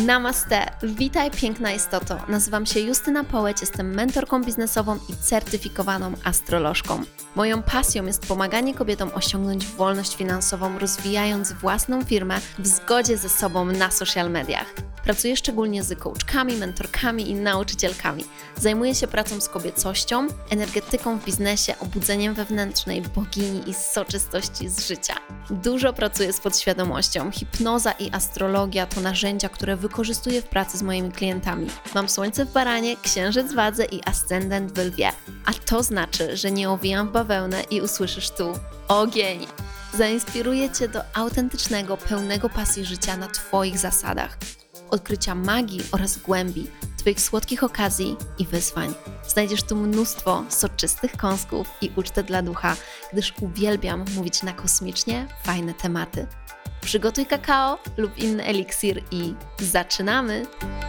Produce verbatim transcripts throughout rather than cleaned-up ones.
Namaste, witaj piękna istoto. Nazywam się Justyna Połeć, jestem mentorką biznesową i certyfikowaną astrolożką. Moją pasją jest pomaganie kobietom osiągnąć wolność finansową, rozwijając własną firmę w zgodzie ze sobą na social mediach. Pracuję szczególnie z coachkami, mentorkami i nauczycielkami. Zajmuję się pracą z kobiecością, energetyką w biznesie, obudzeniem wewnętrznej bogini i soczystości z życia. Dużo pracuję z podświadomością. Hipnoza i astrologia to narzędzia, które wykorzystuję w pracy z moimi klientami. Mam słońce w baranie, księżyc w wadze i ascendent w lwie. A to znaczy, że nie owijam w bawełnę i usłyszysz tu ogień. Zainspiruję Cię do autentycznego, pełnego pasji życia na Twoich zasadach. Odkrycia magii oraz głębi, Twoich słodkich okazji i wyzwań. Znajdziesz tu mnóstwo soczystych kąsków i ucztę dla ducha, gdyż uwielbiam mówić na kosmicznie fajne tematy. Przygotuj kakao lub inny eliksir i zaczynamy!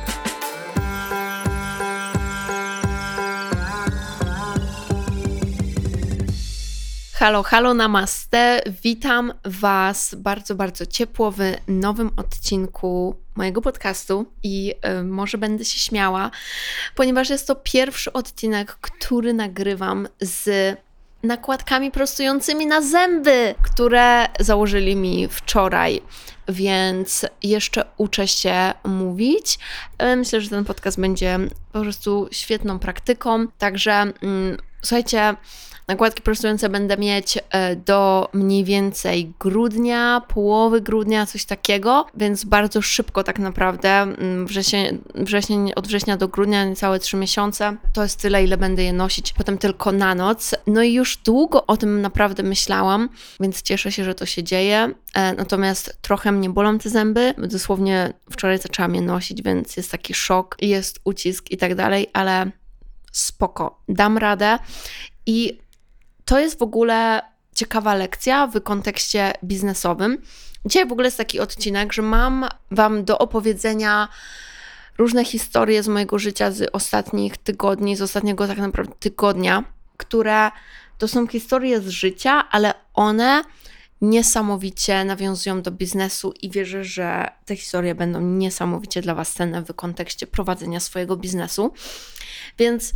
Halo, halo, namaste. Witam Was bardzo, bardzo ciepło w nowym odcinku mojego podcastu i y, może będę się śmiała, ponieważ jest to pierwszy odcinek, który nagrywam z nakładkami prostującymi na zęby, które założyli mi wczoraj, więc jeszcze uczę się mówić. Myślę, że ten podcast będzie po prostu świetną praktyką, także mm, słuchajcie, nakładki prostujące będę mieć do mniej więcej grudnia, połowy grudnia, coś takiego, więc bardzo szybko tak naprawdę, wrzesień, wrześnień, od września do grudnia, niecałe trzy miesiące, to jest tyle, ile będę je nosić, potem tylko na noc. No i już długo o tym naprawdę myślałam, więc cieszę się, że to się dzieje, natomiast trochę mnie bolą te zęby, dosłownie wczoraj zaczęłam je nosić, więc jest taki szok, jest ucisk i tak dalej, ale spoko, dam radę i to jest w ogóle ciekawa lekcja w kontekście biznesowym. Dzisiaj w ogóle jest taki odcinek, że mam Wam do opowiedzenia różne historie z mojego życia z ostatnich tygodni, z ostatniego tak naprawdę tygodnia, które to są historie z życia, ale one niesamowicie nawiązują do biznesu i wierzę, że te historie będą niesamowicie dla Was cenne w kontekście prowadzenia swojego biznesu. Więc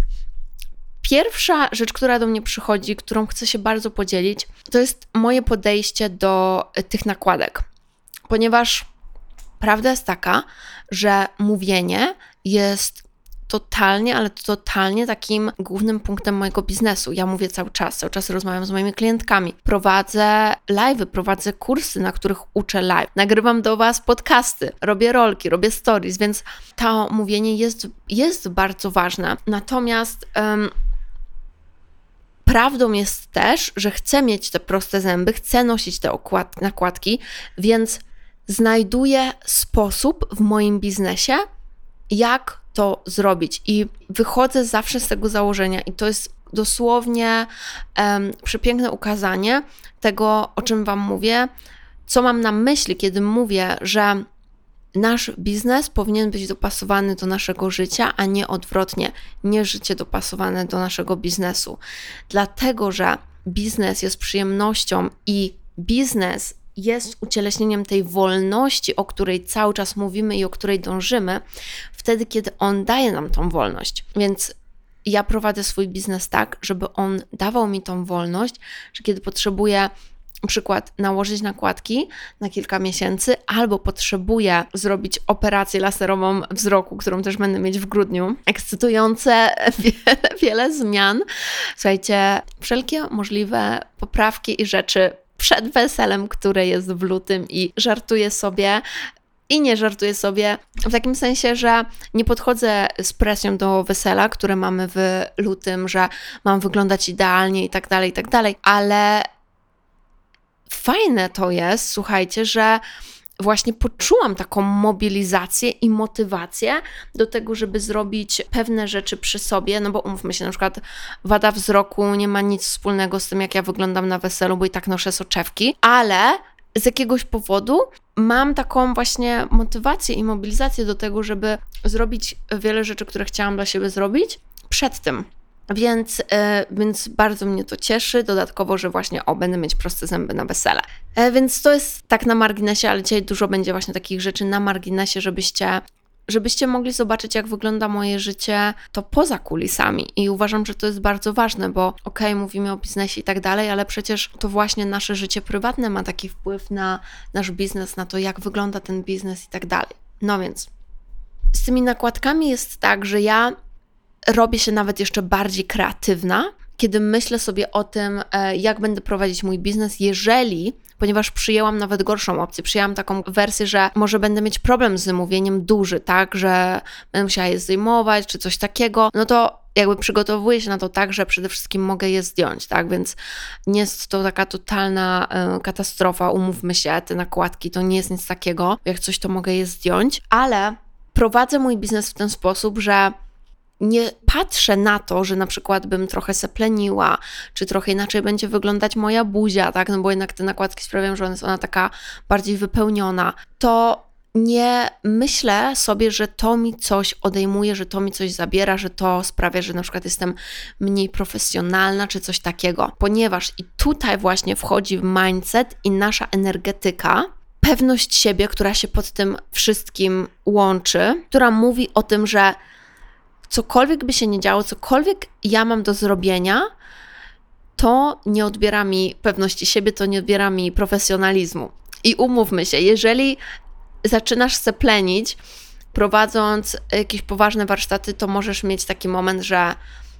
pierwsza rzecz, która do mnie przychodzi, którą chcę się bardzo podzielić, to jest moje podejście do tych nakładek. Ponieważ prawda jest taka, że mówienie jest totalnie, ale totalnie takim głównym punktem mojego biznesu. Ja mówię cały czas, cały czas rozmawiam z moimi klientkami. Prowadzę live'y, prowadzę kursy, na których uczę live. Nagrywam do Was podcasty, robię rolki, robię stories, więc to mówienie jest, jest bardzo ważne. Natomiast um, prawdą jest też, że chcę mieć te proste zęby, chcę nosić te okład- nakładki, więc znajduję sposób w moim biznesie, jak to zrobić. I wychodzę zawsze z tego założenia i to jest dosłownie um, przepiękne ukazanie tego, o czym Wam mówię, co mam na myśli, kiedy mówię, że nasz biznes powinien być dopasowany do naszego życia, a nie odwrotnie, nie życie dopasowane do naszego biznesu. Dlatego, że biznes jest przyjemnością i biznes jest ucieleśnieniem tej wolności, o której cały czas mówimy i o której dążymy, wtedy, kiedy on daje nam tą wolność. Więc ja prowadzę swój biznes tak, żeby on dawał mi tą wolność, że kiedy potrzebuję na przykład nałożyć nakładki na kilka miesięcy, albo potrzebuję zrobić operację laserową wzroku, którą też będę mieć w grudniu. Ekscytujące, wiele, wiele zmian. Słuchajcie, wszelkie możliwe poprawki i rzeczy przed weselem, które jest w lutym i żartuję sobie i nie żartuję sobie w takim sensie, że nie podchodzę z presją do wesela, które mamy w lutym, że mam wyglądać idealnie i tak dalej, i tak dalej, ale fajne to jest, słuchajcie, że właśnie poczułam taką mobilizację i motywację do tego, żeby zrobić pewne rzeczy przy sobie, no bo umówmy się, na przykład wada wzroku nie ma nic wspólnego z tym, jak ja wyglądam na weselu, bo i tak noszę soczewki, ale z jakiegoś powodu mam taką właśnie motywację i mobilizację do tego, żeby zrobić wiele rzeczy, które chciałam dla siebie zrobić przed tym. Więc, yy, więc bardzo mnie to cieszy, dodatkowo, że właśnie o, będę mieć proste zęby na wesele. Yy, więc to jest tak na marginesie, ale dzisiaj dużo będzie właśnie takich rzeczy na marginesie, żebyście żebyście mogli zobaczyć, jak wygląda moje życie to poza kulisami. I uważam, że to jest bardzo ważne, bo okej, okay, mówimy o biznesie i tak dalej, ale przecież to właśnie nasze życie prywatne ma taki wpływ na nasz biznes, na to, jak wygląda ten biznes i tak dalej. No więc z tymi nakładkami jest tak, że ja robię się nawet jeszcze bardziej kreatywna, kiedy myślę sobie o tym, jak będę prowadzić mój biznes, jeżeli, ponieważ przyjęłam nawet gorszą opcję, przyjęłam taką wersję, że może będę mieć problem z zamówieniem duży, tak, że będę musiała je zdejmować, czy coś takiego, no to jakby przygotowuję się na to tak, że przede wszystkim mogę je zdjąć, tak, więc nie jest to taka totalna y, katastrofa, umówmy się, te nakładki, to nie jest nic takiego, jak coś to mogę je zdjąć, ale prowadzę mój biznes w ten sposób, że nie patrzę na to, że na przykład bym trochę sepleniła, czy trochę inaczej będzie wyglądać moja buzia, tak, no bo jednak te nakładki sprawiają, że ona jest ona taka bardziej wypełniona, to nie myślę sobie, że to mi coś odejmuje, że to mi coś zabiera, że to sprawia, że na przykład jestem mniej profesjonalna, czy coś takiego, ponieważ i tutaj właśnie wchodzi mindset i nasza energetyka, pewność siebie, która się pod tym wszystkim łączy, która mówi o tym, że cokolwiek by się nie działo, cokolwiek ja mam do zrobienia, to nie odbiera mi pewności siebie, to nie odbiera mi profesjonalizmu. I umówmy się, jeżeli zaczynasz seplenić, prowadząc jakieś poważne warsztaty, to możesz mieć taki moment, że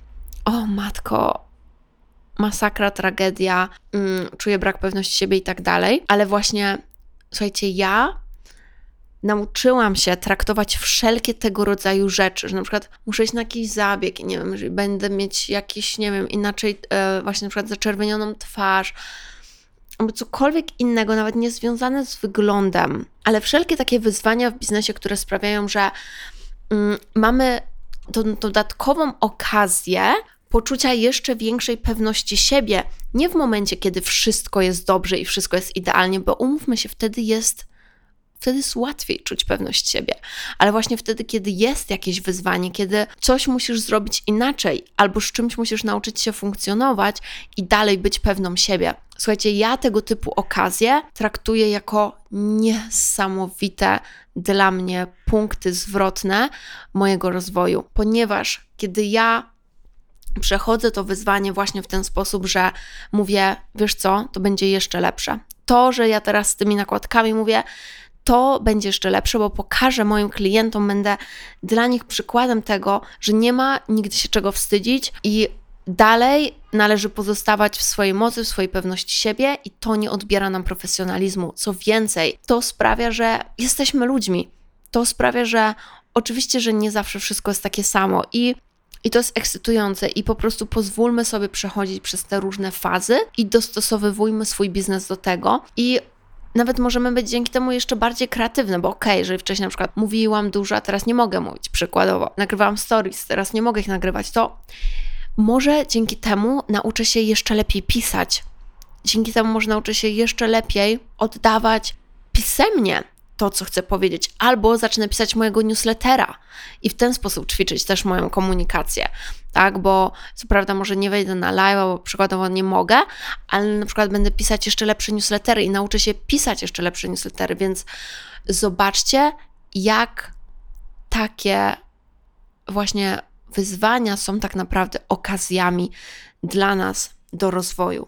o matko, masakra, tragedia, mm, czuję brak pewności siebie i tak dalej, ale właśnie, słuchajcie, ja nauczyłam się traktować wszelkie tego rodzaju rzeczy, że na przykład muszę iść na jakiś zabieg i nie wiem, że będę mieć jakiś, nie wiem, inaczej e, właśnie na przykład zaczerwienioną twarz, albo cokolwiek innego, nawet nie związane z wyglądem, ale wszelkie takie wyzwania w biznesie, które sprawiają, że mm, mamy tą dodatkową okazję poczucia jeszcze większej pewności siebie, nie w momencie, kiedy wszystko jest dobrze i wszystko jest idealnie, bo umówmy się, wtedy jest Wtedy jest łatwiej czuć pewność siebie, ale właśnie wtedy, kiedy jest jakieś wyzwanie, kiedy coś musisz zrobić inaczej albo z czymś musisz nauczyć się funkcjonować i dalej być pewną siebie. Słuchajcie, ja tego typu okazje traktuję jako niesamowite dla mnie punkty zwrotne mojego rozwoju, ponieważ kiedy ja przechodzę to wyzwanie właśnie w ten sposób, że mówię, wiesz co, to będzie jeszcze lepsze. To, że ja teraz z tymi nakładkami mówię, to będzie jeszcze lepsze, bo pokażę moim klientom, będę dla nich przykładem tego, że nie ma nigdy się czego wstydzić i dalej należy pozostawać w swojej mocy, w swojej pewności siebie i to nie odbiera nam profesjonalizmu. Co więcej, to sprawia, że jesteśmy ludźmi. To sprawia, że oczywiście, że nie zawsze wszystko jest takie samo i I to jest ekscytujące i po prostu pozwólmy sobie przechodzić przez te różne fazy i dostosowywujmy swój biznes do tego i nawet możemy być dzięki temu jeszcze bardziej kreatywne, bo okej, okay, jeżeli wcześniej na przykład mówiłam dużo, a teraz nie mogę mówić, przykładowo, nagrywałam stories, teraz nie mogę ich nagrywać, to może dzięki temu nauczę się jeszcze lepiej pisać. Dzięki temu może nauczę się jeszcze lepiej oddawać pisemnie to, co chcę powiedzieć, albo zacznę pisać mojego newslettera i w ten sposób ćwiczyć też moją komunikację, tak, bo co prawda może nie wejdę na live, bo przykładowo nie mogę, ale na przykład będę pisać jeszcze lepsze newslettery i nauczę się pisać jeszcze lepsze newslettery, więc zobaczcie, jak takie właśnie wyzwania są tak naprawdę okazjami dla nas do rozwoju.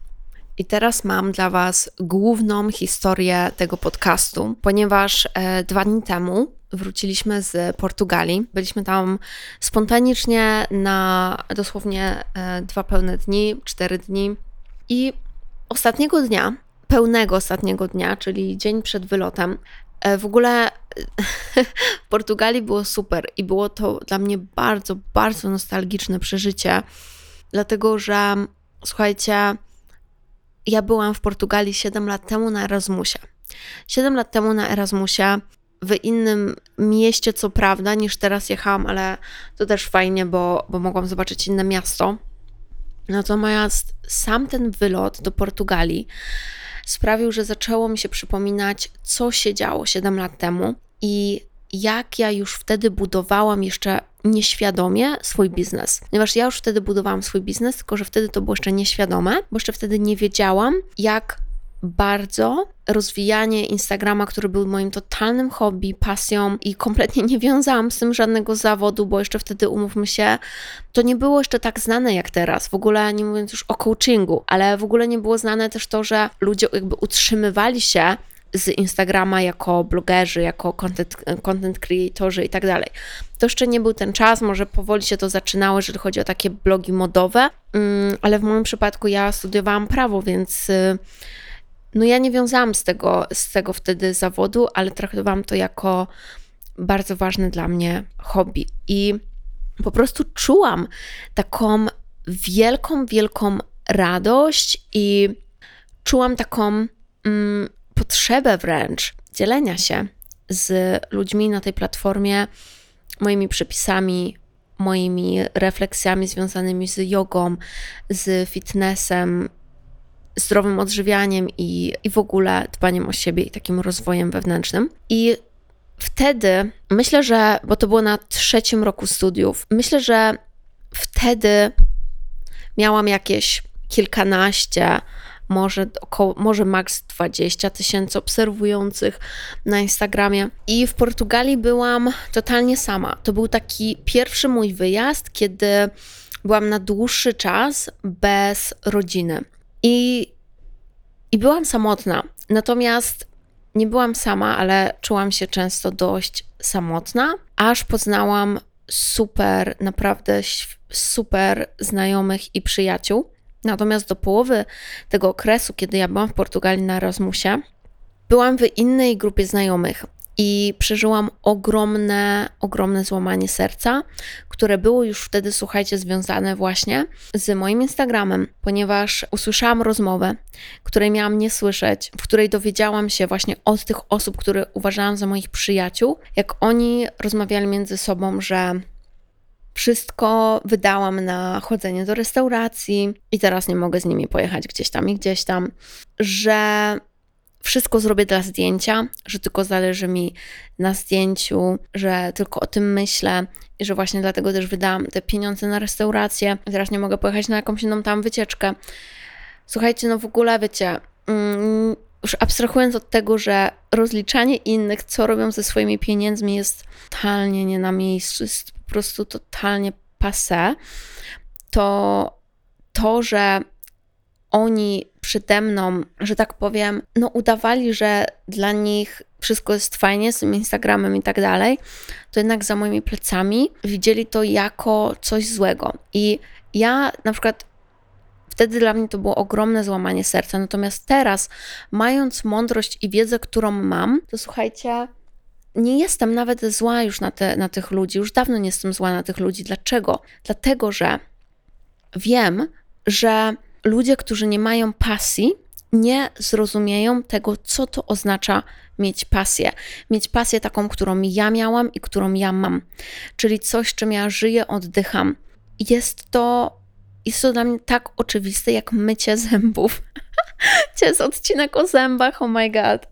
I teraz mam dla Was główną historię tego podcastu, ponieważ e, dwa dni temu wróciliśmy z Portugalii. Byliśmy tam spontanicznie na dosłownie e, dwa pełne dni, cztery dni. I ostatniego dnia, pełnego ostatniego dnia, czyli dzień przed wylotem, e, w ogóle w Portugalii było super i było to dla mnie bardzo, bardzo nostalgiczne przeżycie, dlatego że, słuchajcie, ja byłam w Portugalii siedem lat temu na Erasmusie. siedem lat temu na Erasmusie, w innym mieście, co prawda, niż teraz jechałam, ale to też fajnie, bo, bo mogłam zobaczyć inne miasto. Natomiast sam ten wylot do Portugalii sprawił, że zaczęło mi się przypominać, co się działo siedem lat temu i jak ja już wtedy budowałam jeszcze nieświadomie swój biznes. Ponieważ ja już wtedy budowałam swój biznes, tylko że wtedy to było jeszcze nieświadome, bo jeszcze wtedy nie wiedziałam, jak bardzo rozwijanie Instagrama, który był moim totalnym hobby, pasją i kompletnie nie wiązałam z tym żadnego zawodu, bo jeszcze wtedy, umówmy się, to nie było jeszcze tak znane jak teraz, w ogóle nie mówiąc już o coachingu, ale w ogóle nie było znane też to, że ludzie jakby utrzymywali się z Instagrama jako blogerzy, jako content, content creatorzy i tak dalej. To jeszcze nie był ten czas, może powoli się to zaczynało, jeżeli chodzi o takie blogi modowe, ale w moim przypadku ja studiowałam prawo, więc no ja nie wiązałam z tego, z tego wtedy zawodu, ale traktowałam to jako bardzo ważne dla mnie hobby. I po prostu czułam taką wielką, wielką radość i czułam taką mm, potrzebę wręcz dzielenia się z ludźmi na tej platformie moimi przepisami, moimi refleksjami związanymi z jogą, z fitnessem, zdrowym odżywianiem i, i w ogóle dbaniem o siebie i takim rozwojem wewnętrznym. I wtedy, myślę, że, bo to było na trzecim roku studiów, myślę, że wtedy miałam jakieś kilkanaście, może około, może maks dwadzieścia tysięcy obserwujących na Instagramie. I w Portugalii byłam totalnie sama. To był taki pierwszy mój wyjazd, kiedy byłam na dłuższy czas bez rodziny. I, i byłam samotna. Natomiast nie byłam sama, ale czułam się często dość samotna, aż poznałam super, naprawdę super znajomych i przyjaciół. Natomiast do połowy tego okresu, kiedy ja byłam w Portugalii na Erasmusie, byłam w innej grupie znajomych i przeżyłam ogromne, ogromne złamanie serca, które było już wtedy, słuchajcie, związane właśnie z moim Instagramem, ponieważ usłyszałam rozmowę, której miałam nie słyszeć, w której dowiedziałam się właśnie od tych osób, które uważałam za moich przyjaciół, jak oni rozmawiali między sobą, że wszystko wydałam na chodzenie do restauracji i teraz nie mogę z nimi pojechać gdzieś tam i gdzieś tam, że wszystko zrobię dla zdjęcia, że tylko zależy mi na zdjęciu, że tylko o tym myślę i że właśnie dlatego też wydałam te pieniądze na restaurację. Teraz nie mogę pojechać na jakąś inną tam wycieczkę. Słuchajcie, no w ogóle wiecie, mm, już abstrahując od tego, że rozliczanie innych, co robią ze swoimi pieniędzmi, jest totalnie nie na miejscu, jest po prostu totalnie passé, to to, że oni przede mną, że tak powiem, no udawali, że dla nich wszystko jest fajnie z tym Instagramem i tak dalej, to jednak za moimi plecami widzieli to jako coś złego. I ja na przykład wtedy dla mnie to było ogromne złamanie serca, natomiast teraz, mając mądrość i wiedzę, którą mam, to słuchajcie, nie jestem nawet zła już na, te, na tych ludzi, już dawno nie jestem zła na tych ludzi. Dlaczego? Dlatego, że wiem, że ludzie, którzy nie mają pasji, nie zrozumieją tego, co to oznacza mieć pasję. Mieć pasję taką, którą ja miałam i którą ja mam. Czyli coś, czym ja żyję, oddycham. Jest to, jest to dla mnie tak oczywiste, jak mycie zębów. To jest odcinek o zębach, oh my god.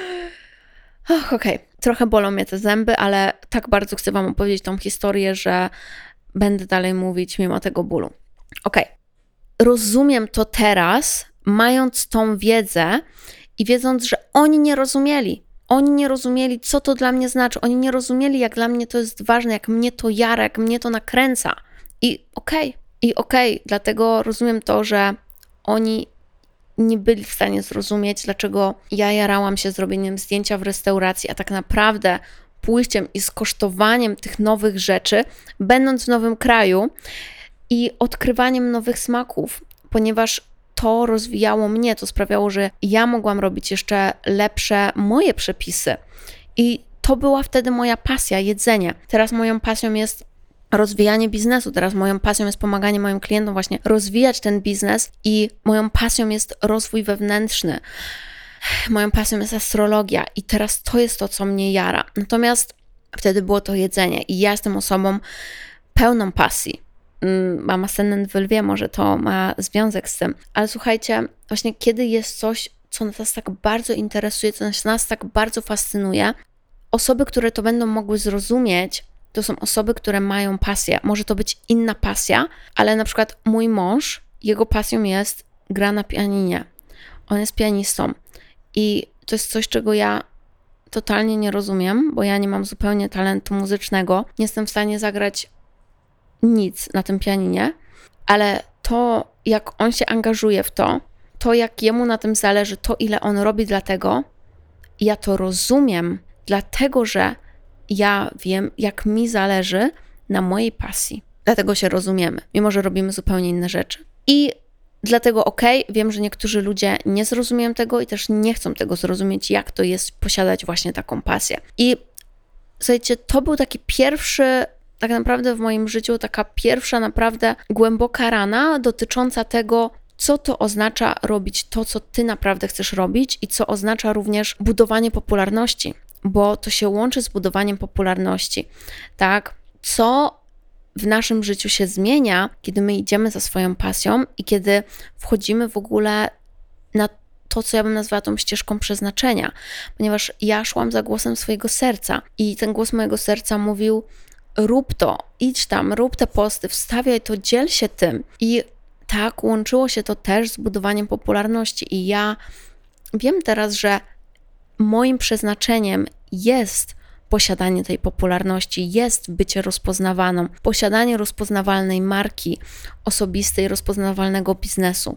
Och, okej, okay. Trochę bolą mnie te zęby, ale tak bardzo chcę wam opowiedzieć tą historię, że będę dalej mówić mimo tego bólu. Okej. Okay. Rozumiem to teraz, mając tą wiedzę i wiedząc, że oni nie rozumieli. Oni nie rozumieli, co to dla mnie znaczy. Oni nie rozumieli, jak dla mnie to jest ważne, jak mnie to jara, jak mnie to nakręca. I okej, okay, i okej, okay, dlatego rozumiem to, że oni nie byli w stanie zrozumieć, dlaczego ja jarałam się zrobieniem zdjęcia w restauracji, a tak naprawdę pójściem i skosztowaniem tych nowych rzeczy, będąc w nowym kraju i odkrywaniem nowych smaków, ponieważ to rozwijało mnie, to sprawiało, że ja mogłam robić jeszcze lepsze moje przepisy. I to była wtedy moja pasja, jedzenie. Teraz moją pasją jest rozwijanie biznesu, teraz moją pasją jest pomaganie moim klientom właśnie rozwijać ten biznes i moją pasją jest rozwój wewnętrzny. Moją pasją jest astrologia i teraz to jest to, co mnie jara. Natomiast wtedy było to jedzenie i ja jestem osobą pełną pasji. Mam ascendent w lwie, może to ma związek z tym, ale słuchajcie, właśnie kiedy jest coś, co nas tak bardzo interesuje, co nas tak bardzo fascynuje, osoby, które to będą mogły zrozumieć, to są osoby, które mają pasję. Może to być inna pasja, ale na przykład mój mąż, jego pasją jest gra na pianinie. On jest pianistą i to jest coś, czego ja totalnie nie rozumiem, bo ja nie mam zupełnie talentu muzycznego. Nie jestem w stanie zagrać nic na tym pianinie, ale to, jak on się angażuje w to, to jak jemu na tym zależy, to ile on robi dla tego, ja to rozumiem, dlatego że ja wiem, jak mi zależy na mojej pasji. Dlatego się rozumiemy, mimo że robimy zupełnie inne rzeczy. I dlatego okej, okay, wiem, że niektórzy ludzie nie zrozumieją tego i też nie chcą tego zrozumieć, jak to jest posiadać właśnie taką pasję. I słuchajcie, to był taki pierwszy, tak naprawdę w moim życiu, taka pierwsza naprawdę głęboka rana dotycząca tego, co to oznacza robić to, co ty naprawdę chcesz robić i co oznacza również budowanie popularności, bo to się łączy z budowaniem popularności, tak? Co w naszym życiu się zmienia, kiedy my idziemy za swoją pasją i kiedy wchodzimy w ogóle na to, co ja bym nazwała tą ścieżką przeznaczenia, ponieważ ja szłam za głosem swojego serca i ten głos mojego serca mówił: rób to, idź tam, rób te posty, wstawiaj to, dziel się tym. I tak, łączyło się to też z budowaniem popularności i ja wiem teraz, że moim przeznaczeniem jest posiadanie tej popularności, jest bycie rozpoznawaną, posiadanie rozpoznawalnej marki osobistej, rozpoznawalnego biznesu.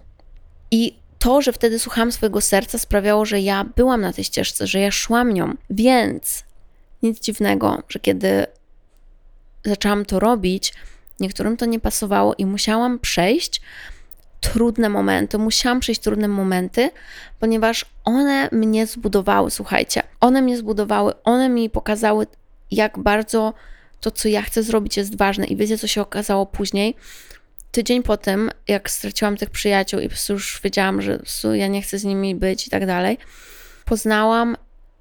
I to, że wtedy słuchałam swojego serca, sprawiało, że ja byłam na tej ścieżce, że ja szłam nią. Więc nic dziwnego, że kiedy zaczęłam to robić, niektórym to nie pasowało i musiałam przejść trudne momenty, musiałam przejść trudne momenty, ponieważ one mnie zbudowały, słuchajcie, one mnie zbudowały, one mi pokazały, jak bardzo to, co ja chcę zrobić, jest ważne. I wiecie, co się okazało później? Tydzień po tym, jak straciłam tych przyjaciół i po prostu już wiedziałam, że ja nie chcę z nimi być i tak dalej, poznałam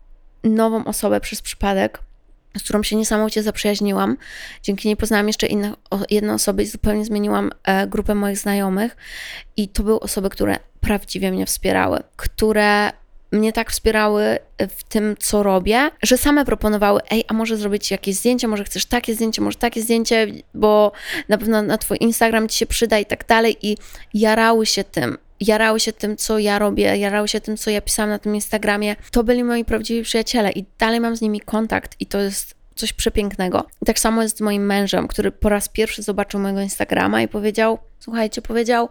nową osobę przez przypadek, z którą się niesamowicie zaprzyjaźniłam. Dzięki niej poznałam jeszcze inne, jedne osoby i zupełnie zmieniłam e, grupę moich znajomych. I to były osoby, które prawdziwie mnie wspierały, które mnie tak wspierały w tym, co robię, że same proponowały: ej, a może zrobić jakieś zdjęcie, może chcesz takie zdjęcie, może takie zdjęcie, bo na pewno na twój Instagram ci się przyda i tak dalej. I jarały się tym. Jarały się tym, co ja robię, jarały się tym, co ja pisałam na tym Instagramie. To byli moi prawdziwi przyjaciele i dalej mam z nimi kontakt i to jest coś przepięknego. I tak samo jest z moim mężem, który po raz pierwszy zobaczył mojego Instagrama i powiedział, słuchajcie, powiedział: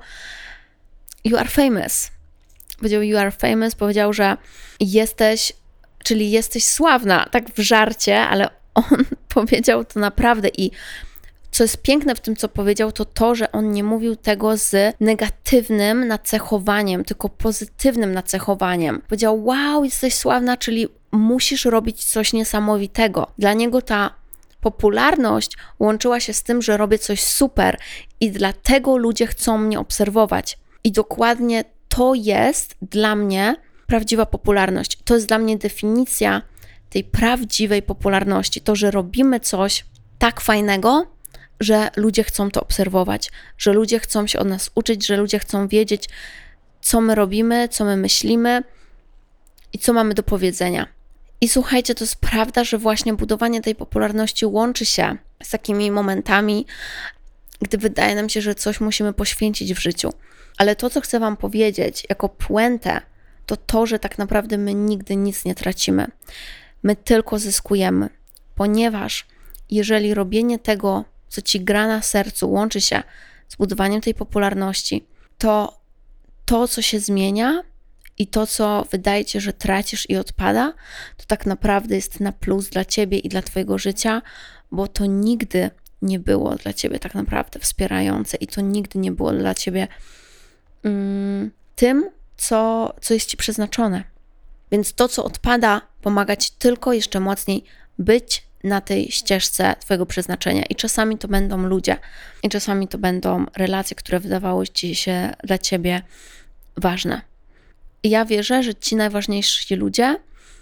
you are famous. Powiedział: you are famous, powiedział, że jesteś, czyli jesteś sławna, tak w żarcie, ale on powiedział to naprawdę. I co jest piękne w tym, co powiedział, to to, że on nie mówił tego z negatywnym nacechowaniem, tylko pozytywnym nacechowaniem. Powiedział: wow, jesteś sławna, czyli musisz robić coś niesamowitego. Dla niego ta popularność łączyła się z tym, że robię coś super i dlatego ludzie chcą mnie obserwować. I dokładnie to jest dla mnie prawdziwa popularność. To jest dla mnie definicja tej prawdziwej popularności. To, że robimy coś tak fajnego, że ludzie chcą to obserwować, że ludzie chcą się od nas uczyć, że ludzie chcą wiedzieć, co my robimy, co my myślimy i co mamy do powiedzenia. I słuchajcie, to jest prawda, że właśnie budowanie tej popularności łączy się z takimi momentami, gdy wydaje nam się, że coś musimy poświęcić w życiu. Ale to, co chcę wam powiedzieć jako puentę, to to, że tak naprawdę my nigdy nic nie tracimy. My tylko zyskujemy, ponieważ jeżeli robienie tego, co ci gra na sercu, łączy się z budowaniem tej popularności, to to, co się zmienia i to, co wydaje ci, że tracisz i odpada, to tak naprawdę jest na plus dla ciebie i dla twojego życia, bo to nigdy nie było dla ciebie tak naprawdę wspierające i to nigdy nie było dla ciebie mm, tym, co, co jest ci przeznaczone. Więc to, co odpada, pomaga ci tylko jeszcze mocniej być na tej ścieżce twojego przeznaczenia. I czasami to będą ludzie, i czasami to będą relacje, które wydawały ci się dla ciebie ważne. I ja wierzę, że ci najważniejsi ludzie,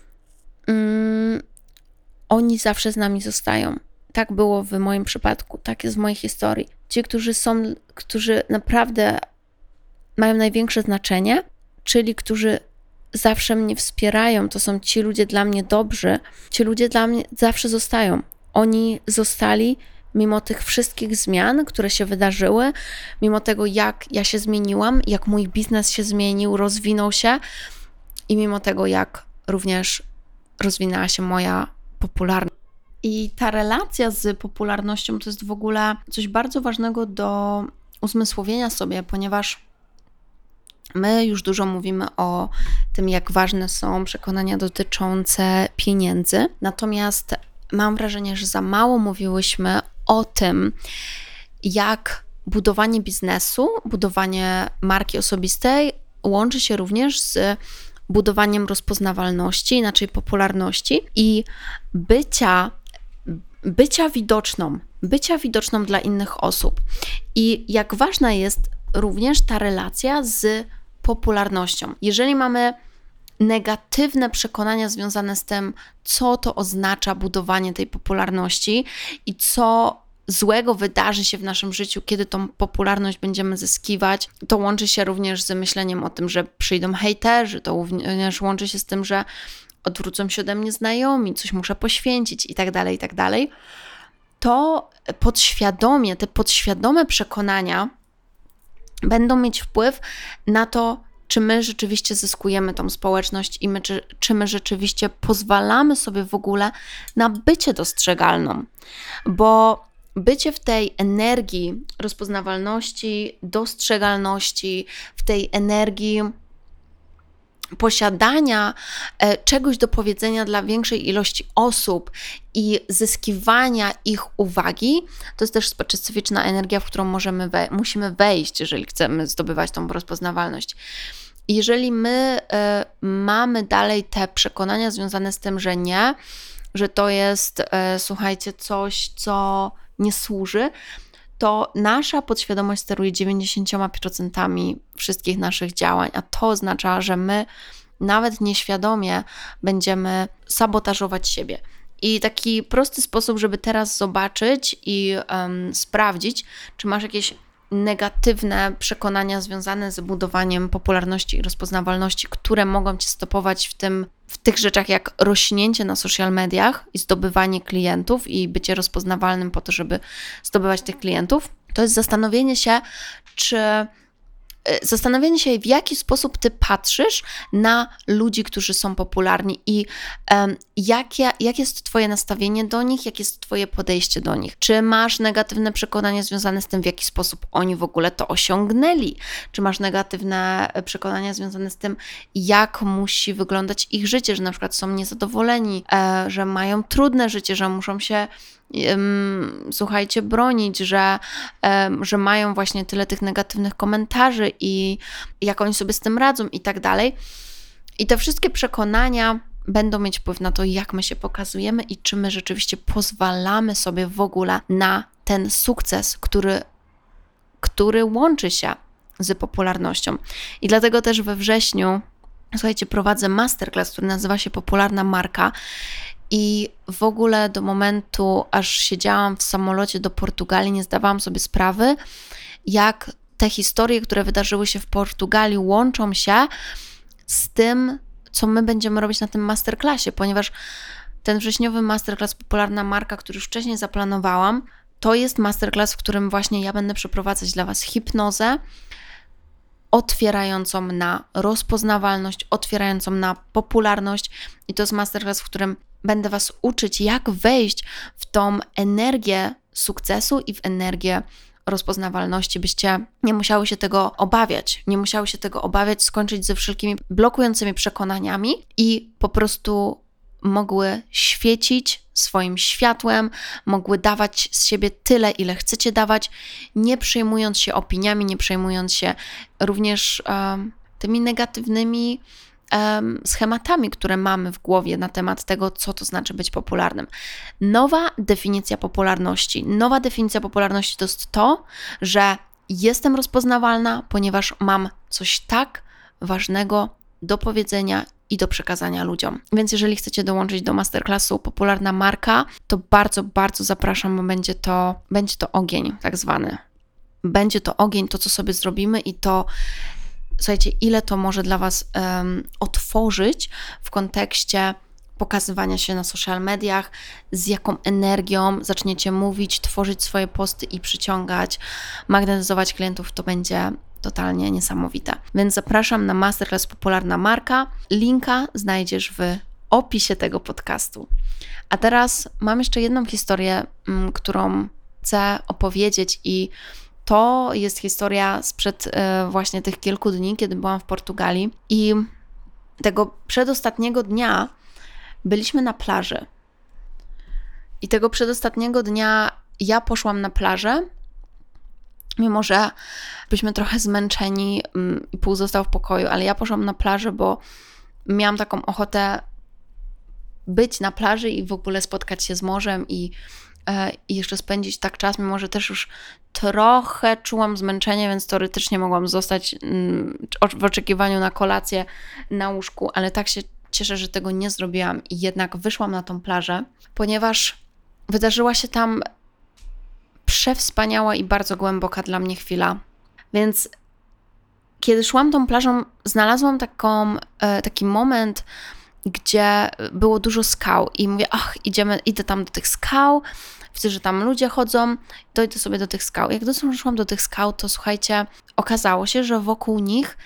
mm, oni zawsze z nami zostają. Tak było w moim przypadku, tak jest w mojej historii. Ci, którzy są, którzy naprawdę mają największe znaczenie, czyli którzy zawsze mnie wspierają, to są ci ludzie dla mnie dobrzy, ci ludzie dla mnie zawsze zostają. Oni zostali mimo tych wszystkich zmian, które się wydarzyły, mimo tego, jak ja się zmieniłam, jak mój biznes się zmienił, rozwinął się i mimo tego, jak również rozwinęła się moja popularność. I ta relacja z popularnością to jest w ogóle coś bardzo ważnego do uzmysłowienia sobie, ponieważ my już dużo mówimy o tym, jak ważne są przekonania dotyczące pieniędzy, natomiast mam wrażenie, że za mało mówiłyśmy o tym, jak budowanie biznesu, budowanie marki osobistej łączy się również z budowaniem rozpoznawalności, inaczej popularności i bycia, bycia widoczną, bycia widoczną dla innych osób. I jak ważna jest również ta relacja z popularnością. Jeżeli mamy negatywne przekonania związane z tym, co to oznacza budowanie tej popularności i co złego wydarzy się w naszym życiu, kiedy tą popularność będziemy zyskiwać, to łączy się również z myśleniem o tym, że przyjdą hejterzy, to również łączy się z tym, że odwrócą się ode mnie znajomi, coś muszę poświęcić i tak dalej, i tak dalej. To podświadomie, te podświadome przekonania będą mieć wpływ na to, czy my rzeczywiście zyskujemy tą społeczność i my, czy, czy my rzeczywiście pozwalamy sobie w ogóle na bycie dostrzegalną. Bo bycie w tej energii rozpoznawalności, dostrzegalności, w tej energii posiadania e, czegoś do powiedzenia dla większej ilości osób i zyskiwania ich uwagi, to jest też specyficzna energia, w którą możemy we- musimy wejść, jeżeli chcemy zdobywać tą rozpoznawalność. I jeżeli my e, mamy dalej te przekonania związane z tym, że nie, że to jest, e, słuchajcie, coś, co nie służy, to nasza podświadomość steruje dziewięćdziesiąt procent wszystkich naszych działań, a to oznacza, że my nawet nieświadomie będziemy sabotażować siebie. I taki prosty sposób, żeby teraz zobaczyć i um, sprawdzić, czy masz jakieś negatywne przekonania związane z budowaniem popularności i rozpoznawalności, które mogą Cię stopować w tym, w tych rzeczach jak rośnięcie na social mediach i zdobywanie klientów i bycie rozpoznawalnym po to, żeby zdobywać tych klientów, to jest zastanowienie się, czy Zastanowienie się, w jaki sposób Ty patrzysz na ludzi, którzy są popularni i um, jakie, jak jest Twoje nastawienie do nich, jakie jest Twoje podejście do nich. Czy masz negatywne przekonania związane z tym, w jaki sposób oni w ogóle to osiągnęli? Czy masz negatywne przekonania związane z tym, jak musi wyglądać ich życie, że na przykład są niezadowoleni, e, że mają trudne życie, że muszą się słuchajcie, bronić, że, że mają właśnie tyle tych negatywnych komentarzy i jak oni sobie z tym radzą i tak dalej. I te wszystkie przekonania będą mieć wpływ na to, jak my się pokazujemy i czy my rzeczywiście pozwalamy sobie w ogóle na ten sukces, który, który łączy się z popularnością. I dlatego też we wrześniu, słuchajcie, prowadzę masterclass, który nazywa się Popularna Marka. I w ogóle do momentu, aż siedziałam w samolocie do Portugalii, nie zdawałam sobie sprawy, jak te historie, które wydarzyły się w Portugalii, łączą się z tym, co my będziemy robić na tym masterclassie, ponieważ ten wrześniowy masterclass Popularna Marka, który już wcześniej zaplanowałam, to jest masterclass, w którym właśnie ja będę przeprowadzać dla Was hipnozę otwierającą na rozpoznawalność, otwierającą na popularność i to jest masterclass, w którym będę Was uczyć, jak wejść w tą energię sukcesu i w energię rozpoznawalności, byście nie musiały się tego obawiać, nie musiały się tego obawiać, skończyć ze wszelkimi blokującymi przekonaniami i po prostu mogły świecić swoim światłem, mogły dawać z siebie tyle, ile chcecie dawać, nie przejmując się opiniami, nie przejmując się również um, tymi negatywnymi um, schematami, które mamy w głowie na temat tego, co to znaczy być popularnym. Nowa definicja popularności. Nowa definicja popularności to jest to, że jestem rozpoznawalna, ponieważ mam coś tak ważnego do powiedzenia i do przekazania ludziom. Więc jeżeli chcecie dołączyć do masterclassu Popularna Marka, to bardzo, bardzo zapraszam, bo będzie to, będzie to ogień tak zwany. Będzie to ogień, to co sobie zrobimy i to, słuchajcie, ile to może dla Was um, otworzyć w kontekście pokazywania się na social mediach, z jaką energią zaczniecie mówić, tworzyć swoje posty i przyciągać, magnetyzować klientów, to będzie totalnie niesamowite. Więc zapraszam na Masterclass Popularna Marka. Linka znajdziesz w opisie tego podcastu. A teraz mam jeszcze jedną historię, m, którą chcę opowiedzieć i to jest historia sprzed y, właśnie tych kilku dni, kiedy byłam w Portugalii i tego przedostatniego dnia byliśmy na plaży. I tego przedostatniego dnia ja poszłam na plażę, mimo że byliśmy trochę zmęczeni i Pół został w pokoju, ale ja poszłam na plażę, bo miałam taką ochotę być na plaży i w ogóle spotkać się z morzem i, e, i jeszcze spędzić tak czas, mimo że też już trochę czułam zmęczenie, więc teoretycznie mogłam zostać mm, w oczekiwaniu na kolację na łóżku, ale tak się cieszę, że tego nie zrobiłam i jednak wyszłam na tą plażę, ponieważ wydarzyła się tam przewspaniała i bardzo głęboka dla mnie chwila. Więc kiedy szłam tą plażą, znalazłam taką, e, taki moment, gdzie było dużo skał i mówię, ach, idziemy, idę tam do tych skał, widzę, że tam ludzie chodzą, to idę sobie do tych skał. Jak doszłam do tych skał, to słuchajcie, okazało się, że wokół nich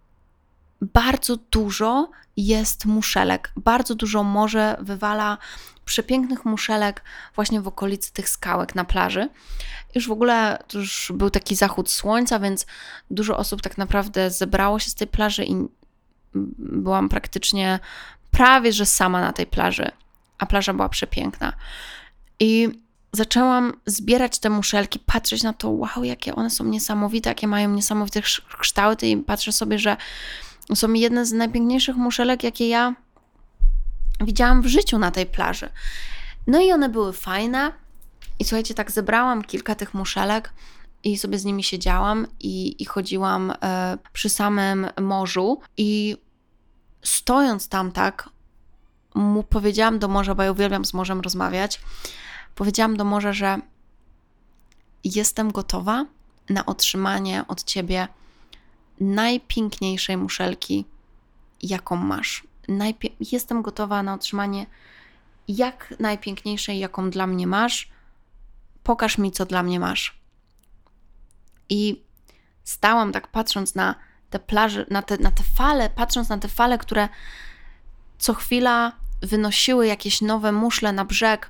bardzo dużo jest muszelek, bardzo dużo morze wywala przepięknych muszelek właśnie w okolicy tych skałek na plaży. Już w ogóle to już był taki zachód słońca, więc dużo osób tak naprawdę zebrało się z tej plaży i byłam praktycznie prawie, że sama na tej plaży, a plaża była przepiękna. I zaczęłam zbierać te muszelki, patrzeć na to, wow, jakie one są niesamowite, jakie mają niesamowite kształty i patrzę sobie, że są jedne z najpiękniejszych muszelek, jakie ja widziałam w życiu na tej plaży. No i one były fajne i słuchajcie, tak zebrałam kilka tych muszelek i sobie z nimi siedziałam i, i chodziłam e, przy samym morzu i stojąc tam tak, mu powiedziałam do morza, bo ja uwielbiam z morzem rozmawiać, powiedziałam do morza, że jestem gotowa na otrzymanie od Ciebie najpiękniejszej muszelki, jaką masz. Najpie- jestem gotowa na otrzymanie jak najpiękniejszej, jaką dla mnie masz. Pokaż mi, co dla mnie masz. I stałam tak patrząc na te plaże, na te, na te fale, patrząc na te fale, które co chwila wynosiły jakieś nowe muszle na brzeg.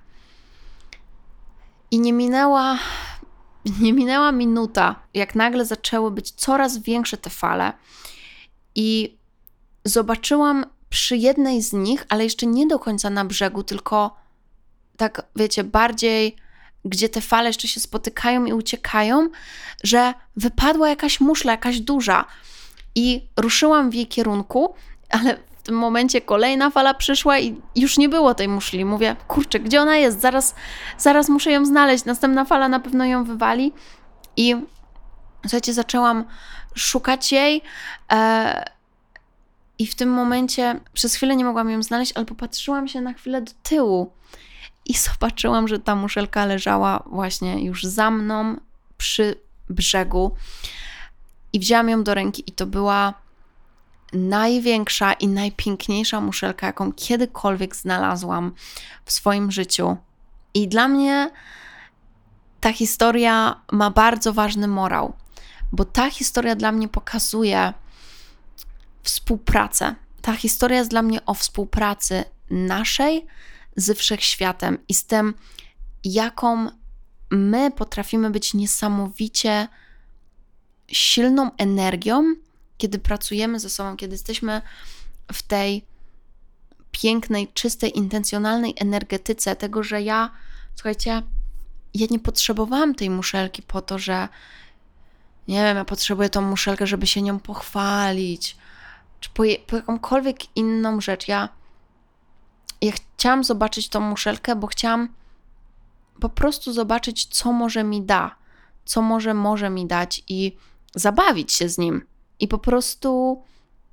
I nie minęła, nie minęła minuta, jak nagle zaczęły być coraz większe te fale. I zobaczyłam przy jednej z nich, ale jeszcze nie do końca na brzegu, tylko tak, wiecie, bardziej, gdzie te fale jeszcze się spotykają i uciekają, że wypadła jakaś muszla, jakaś duża. I ruszyłam w jej kierunku, ale w tym momencie kolejna fala przyszła i już nie było tej muszli. Mówię, kurczę, gdzie ona jest? Zaraz, zaraz muszę ją znaleźć. Następna fala na pewno ją wywali. I słuchajcie, zaczęłam szukać jej e, i w tym momencie przez chwilę nie mogłam ją znaleźć, ale popatrzyłam się na chwilę do tyłu i zobaczyłam, że ta muszelka leżała właśnie już za mną przy brzegu i wzięłam ją do ręki i to była największa i najpiękniejsza muszelka, jaką kiedykolwiek znalazłam w swoim życiu. I dla mnie ta historia ma bardzo ważny morał, bo ta historia dla mnie pokazuje współpracę. Ta historia jest dla mnie o współpracy naszej z wszechświatem i z tym, jaką my potrafimy być niesamowicie silną energią, kiedy pracujemy ze sobą, kiedy jesteśmy w tej pięknej, czystej, intencjonalnej energetyce tego, że ja, słuchajcie, ja nie potrzebowałam tej muszelki po to, że nie wiem, ja potrzebuję tą muszelkę, żeby się nią pochwalić, czy po, je, po jakąkolwiek inną rzecz. Ja, ja chciałam zobaczyć tą muszelkę, bo chciałam po prostu zobaczyć, co może mi da, co może może mi dać i zabawić się z nim. I po prostu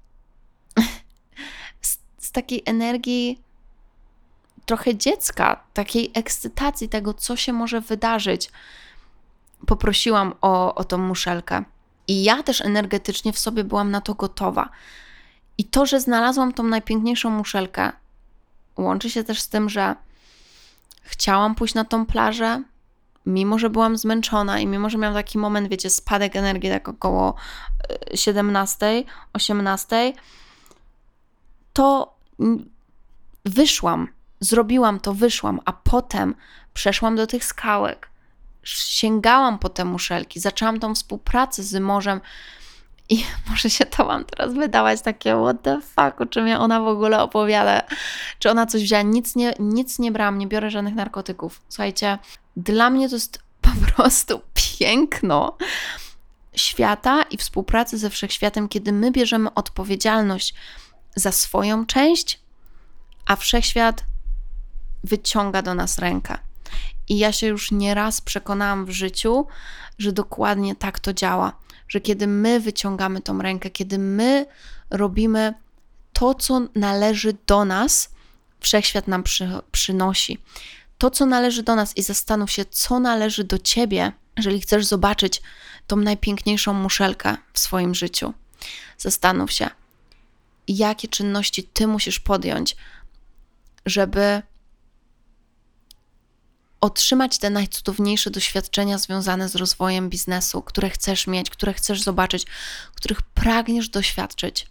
z, z takiej energii trochę dziecka, takiej ekscytacji tego, co się może wydarzyć, poprosiłam o, o tą muszelkę. I ja też energetycznie w sobie byłam na to gotowa. I to, że znalazłam tą najpiękniejszą muszelkę, łączy się też z tym, że chciałam pójść na tą plażę, mimo że byłam zmęczona i mimo że miałam taki moment, wiecie, spadek energii tak około siedemnastej, osiemnastej, to wyszłam, zrobiłam to, wyszłam, a potem przeszłam do tych skałek, sięgałam po te muszelki, zaczęłam tą współpracę z morzem i może się to wam teraz wydawać takie what the fuck, o czym ja ona w ogóle opowiada, czy ona coś wzięła, nic nie, nic nie brałam, nie biorę żadnych narkotyków. Słuchajcie, dla mnie to jest po prostu piękno świata i współpracy ze wszechświatem, kiedy my bierzemy odpowiedzialność za swoją część, a wszechświat wyciąga do nas rękę. I ja się już nieraz przekonałam w życiu, że dokładnie tak to działa, że kiedy my wyciągamy tą rękę, kiedy my robimy to, co należy do nas, wszechświat nam przy, przynosi. To, co należy do nas i zastanów się, co należy do ciebie, jeżeli chcesz zobaczyć tą najpiękniejszą muszelkę w swoim życiu. Zastanów się, jakie czynności ty musisz podjąć, żeby otrzymać te najcudowniejsze doświadczenia związane z rozwojem biznesu, które chcesz mieć, które chcesz zobaczyć, których pragniesz doświadczyć.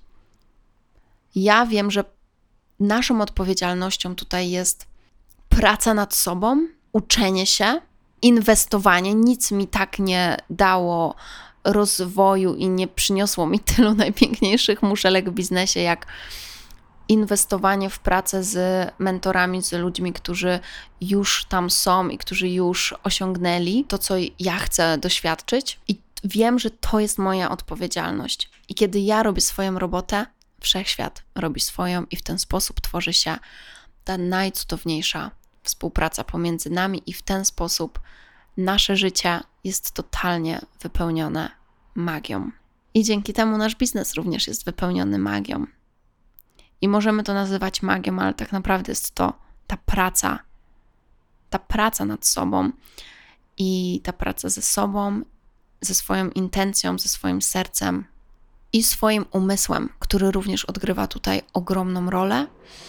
Ja wiem, że naszą odpowiedzialnością tutaj jest praca nad sobą, uczenie się, inwestowanie. Nic mi tak nie dało rozwoju i nie przyniosło mi tylu najpiękniejszych muszelek w biznesie, jak inwestowanie w pracę z mentorami, z ludźmi, którzy już tam są i którzy już osiągnęli to, co ja chcę doświadczyć. I wiem, że to jest moja odpowiedzialność. I kiedy ja robię swoją robotę, wszechświat robi swoją i w ten sposób tworzy się ta najcudowniejsza współpraca pomiędzy nami i w ten sposób nasze życie jest totalnie wypełnione magią. I dzięki temu nasz biznes również jest wypełniony magią. I możemy to nazywać magią, ale tak naprawdę jest to ta praca, ta praca nad sobą i ta praca ze sobą, ze swoją intencją, ze swoim sercem i swoim umysłem, który również odgrywa tutaj ogromną rolę,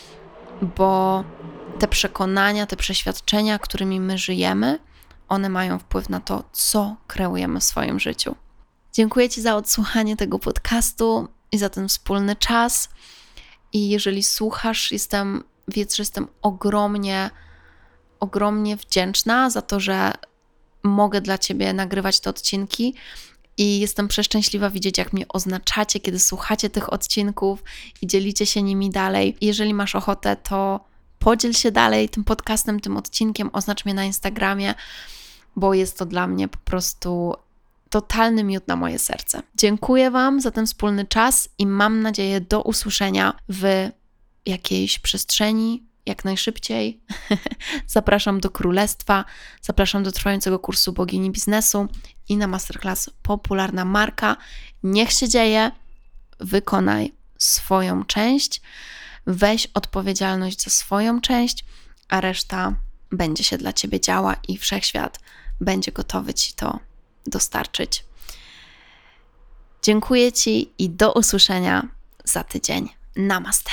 bo te przekonania, te przeświadczenia, którymi my żyjemy, one mają wpływ na to, co kreujemy w swoim życiu. Dziękuję Ci za odsłuchanie tego podcastu i za ten wspólny czas. I jeżeli słuchasz, jestem, wiedz, że jestem ogromnie, ogromnie wdzięczna za to, że mogę dla Ciebie nagrywać te odcinki i jestem przeszczęśliwa widzieć, jak mnie oznaczacie, kiedy słuchacie tych odcinków i dzielicie się nimi dalej. Jeżeli masz ochotę, to podziel się dalej tym podcastem, tym odcinkiem, oznacz mnie na Instagramie, bo jest to dla mnie po prostu totalny miód na moje serce. Dziękuję Wam za ten wspólny czas i mam nadzieję do usłyszenia w jakiejś przestrzeni jak najszybciej. Zapraszam do Królestwa, zapraszam do trwającego kursu Bogini Biznesu i na masterclass Popularna Marka. Niech się dzieje, wykonaj swoją część, weź odpowiedzialność za swoją część, a reszta będzie się dla Ciebie działa i wszechświat będzie gotowy Ci to dostarczyć. Dziękuję Ci i do usłyszenia za tydzień. Namaste.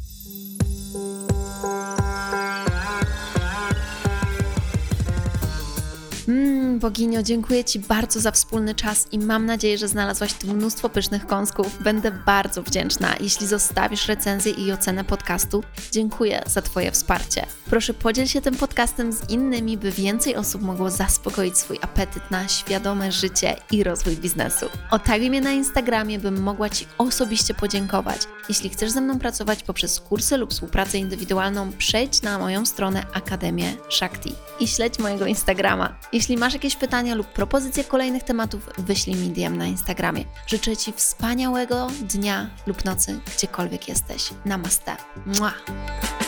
Mm, boginio, dziękuję Ci bardzo za wspólny czas i mam nadzieję, że znalazłaś tu mnóstwo pysznych kąsków. Będę bardzo wdzięczna, jeśli zostawisz recenzję i ocenę podcastu. Dziękuję za Twoje wsparcie. Proszę podziel się tym podcastem z innymi, by więcej osób mogło zaspokoić swój apetyt na świadome życie i rozwój biznesu. Otaguj mnie na Instagramie, bym mogła Ci osobiście podziękować. Jeśli chcesz ze mną pracować poprzez kursy lub współpracę indywidualną, przejdź na moją stronę Akademię Shakti i śledź mojego Instagrama. Jeśli masz jakieś pytania lub propozycje kolejnych tematów, wyślij mi D M na Instagramie. Życzę Ci wspaniałego dnia lub nocy, gdziekolwiek jesteś. Namaste. Mua.